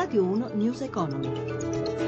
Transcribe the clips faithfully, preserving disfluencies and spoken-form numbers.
Radio uno News Economy.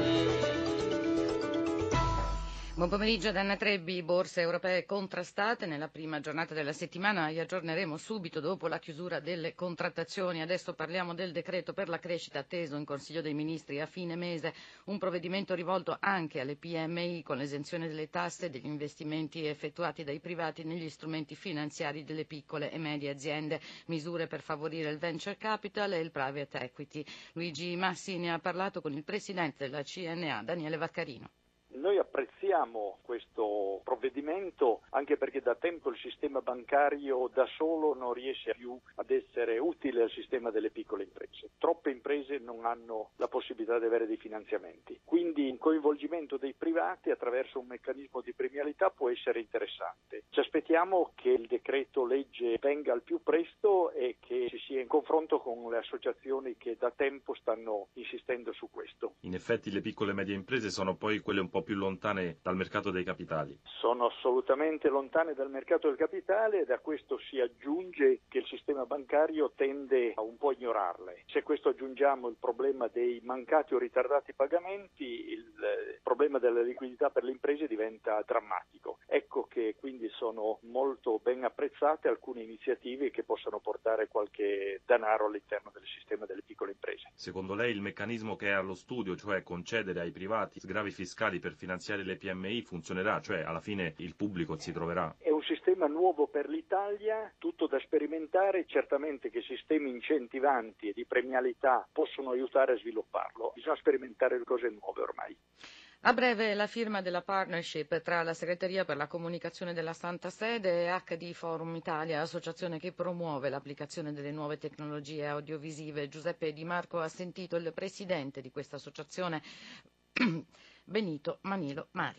Buon pomeriggio da Anna Trebbi. Borse europee contrastate nella prima giornata della settimana. Vi aggiorneremo subito dopo la chiusura delle contrattazioni. Adesso parliamo del decreto per la crescita atteso in Consiglio dei Ministri a fine mese, un provvedimento rivolto anche alle P M I con l'esenzione delle tasse degli investimenti effettuati dai privati negli strumenti finanziari delle piccole e medie aziende, misure per favorire il venture capital e il private equity. Luigi Massi ne ha parlato con il presidente della C N A, Daniele Vaccarino. Noi apprezziamo questo provvedimento anche perché da tempo il sistema bancario da solo non riesce più ad essere utile al sistema delle piccole imprese. Troppe imprese non hanno la possibilità di avere dei finanziamenti. Quindi un coinvolgimento dei privati attraverso un meccanismo di premialità può essere interessante. Ci aspettiamo che il decreto legge venga al più presto e che ci sia in confronto con le associazioni che da tempo stanno insistendo su questo. In effetti le piccole e medie imprese sono poi quelle un po' più lontane dal mercato dei capitali. Sono assolutamente lontane dal mercato del capitale e da questo si aggiunge che il sistema bancario tende a un po' ignorarle. Se a questo aggiungiamo il problema dei mancati o ritardati pagamenti, il problema della liquidità per le imprese diventa drammatico. Ecco che quindi sono molto ben apprezzate alcune iniziative che possano portare qualche denaro all'interno del sistema delle piccole imprese. Secondo lei il meccanismo che è allo studio, cioè concedere ai privati sgravi fiscali per finanziare le P M I, funzionerà? Cioè alla fine il pubblico si troverà? È un sistema nuovo per l'Italia, tutto da sperimentare, certamente che sistemi incentivanti e di premialità possono aiutare a svilupparlo, bisogna sperimentare le cose nuove ormai. A breve la firma della partnership tra la Segreteria per la Comunicazione della Santa Sede e H D Forum Italia, associazione che promuove l'applicazione delle nuove tecnologie audiovisive. Giuseppe Di Marco ha sentito il presidente di questa associazione, Benito Manilo Mari.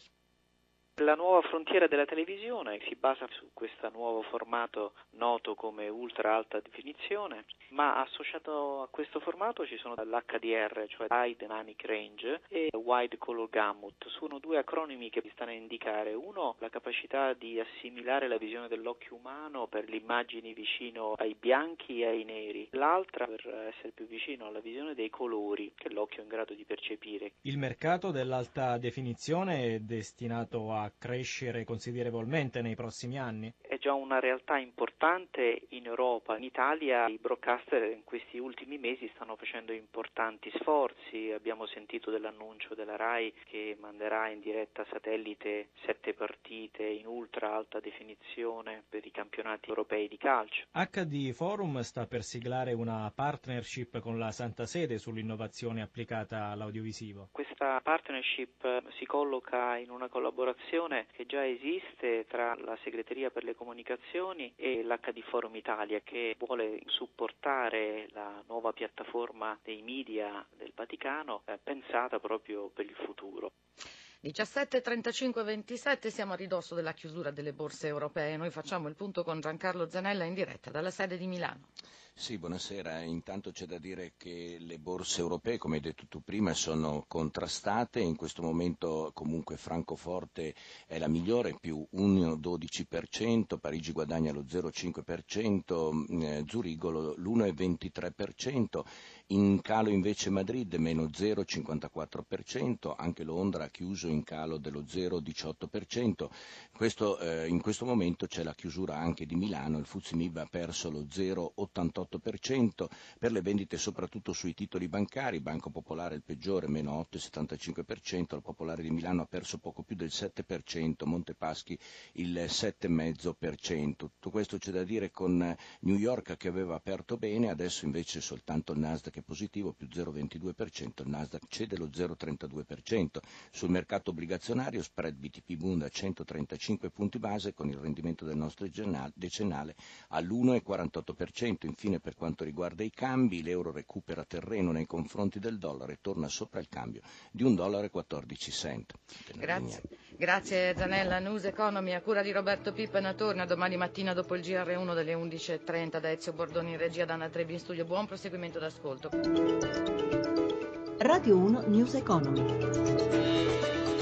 La nuova frontiera della televisione si basa su questo nuovo formato noto come ultra alta definizione, ma associato a questo formato ci sono l'H D R, cioè High Dynamic Range, e Wide Color Gamut. Sono due acronimi che vi stanno a indicare: uno, la capacità di assimilare la visione dell'occhio umano per le immagini vicino ai bianchi e ai neri, l'altra per essere più vicino alla visione dei colori che l'occhio è in grado di percepire. Il mercato dell'alta definizione è destinato a crescere considerevolmente nei prossimi anni? È già una realtà importante in Europa. In Italia i broadcaster in questi ultimi mesi stanno facendo importanti sforzi. Abbiamo sentito dell'annuncio della RAI che manderà in diretta satellite sette partite in ultra alta definizione per i campionati europei di calcio. H D Forum sta per siglare una partnership con la Santa Sede sull'innovazione applicata all'audiovisivo. Questa partnership si colloca in una collaborazione che già esiste tra la Segreteria per le Comunicazioni e l'H D Forum Italia, che vuole supportare la nuova piattaforma dei media del Vaticano, eh, pensata proprio per il futuro. diciassette trentacinque ventisette, siamo a ridosso della chiusura delle borse europee. Noi facciamo il punto con Giancarlo Zanella in diretta dalla sede di Milano. Sì, buonasera. Intanto c'è da dire che le borse europee, come hai detto tu prima, sono contrastate. In questo momento comunque Francoforte è la migliore, più uno virgola dodici per cento, Parigi guadagna lo zero virgola cinque per cento, eh, Zurigo l'uno virgola ventitré per cento, in calo invece Madrid meno zero virgola cinquantaquattro per cento, anche Londra ha chiuso in calo dello zero virgola diciotto per cento. Questo, eh, in questo momento c'è la chiusura anche di Milano, il F T S E M I B ha perso lo zero virgola ottantotto per cento, per le vendite soprattutto sui titoli bancari, Banco Popolare il peggiore, meno otto virgola settantacinque per cento, la Popolare di Milano ha perso poco più del sette per cento, Montepaschi il sette virgola cinque per cento. Tutto questo c'è da dire con New York che aveva aperto bene, adesso invece soltanto il Nasdaq è positivo, più zero virgola ventidue per cento, il Nasdaq cede lo zero virgola trentadue per cento. Sul mercato obbligazionario spread B T P Bund a centotrentacinque punti base con il rendimento del nostro decennale all'uno virgola quarantotto per cento. Infine per quanto riguarda i cambi, l'euro recupera terreno nei confronti del dollaro e torna sopra il cambio di un dollaro e quattordici cent. Grazie. Grazie Zanella. News Economy a cura di Roberto Pippena torna domani mattina dopo il G R uno delle undici e trenta da Ezio Bordoni in regia, da Anna Trebbi in studio. Buon proseguimento d'ascolto. Radio uno News Economy.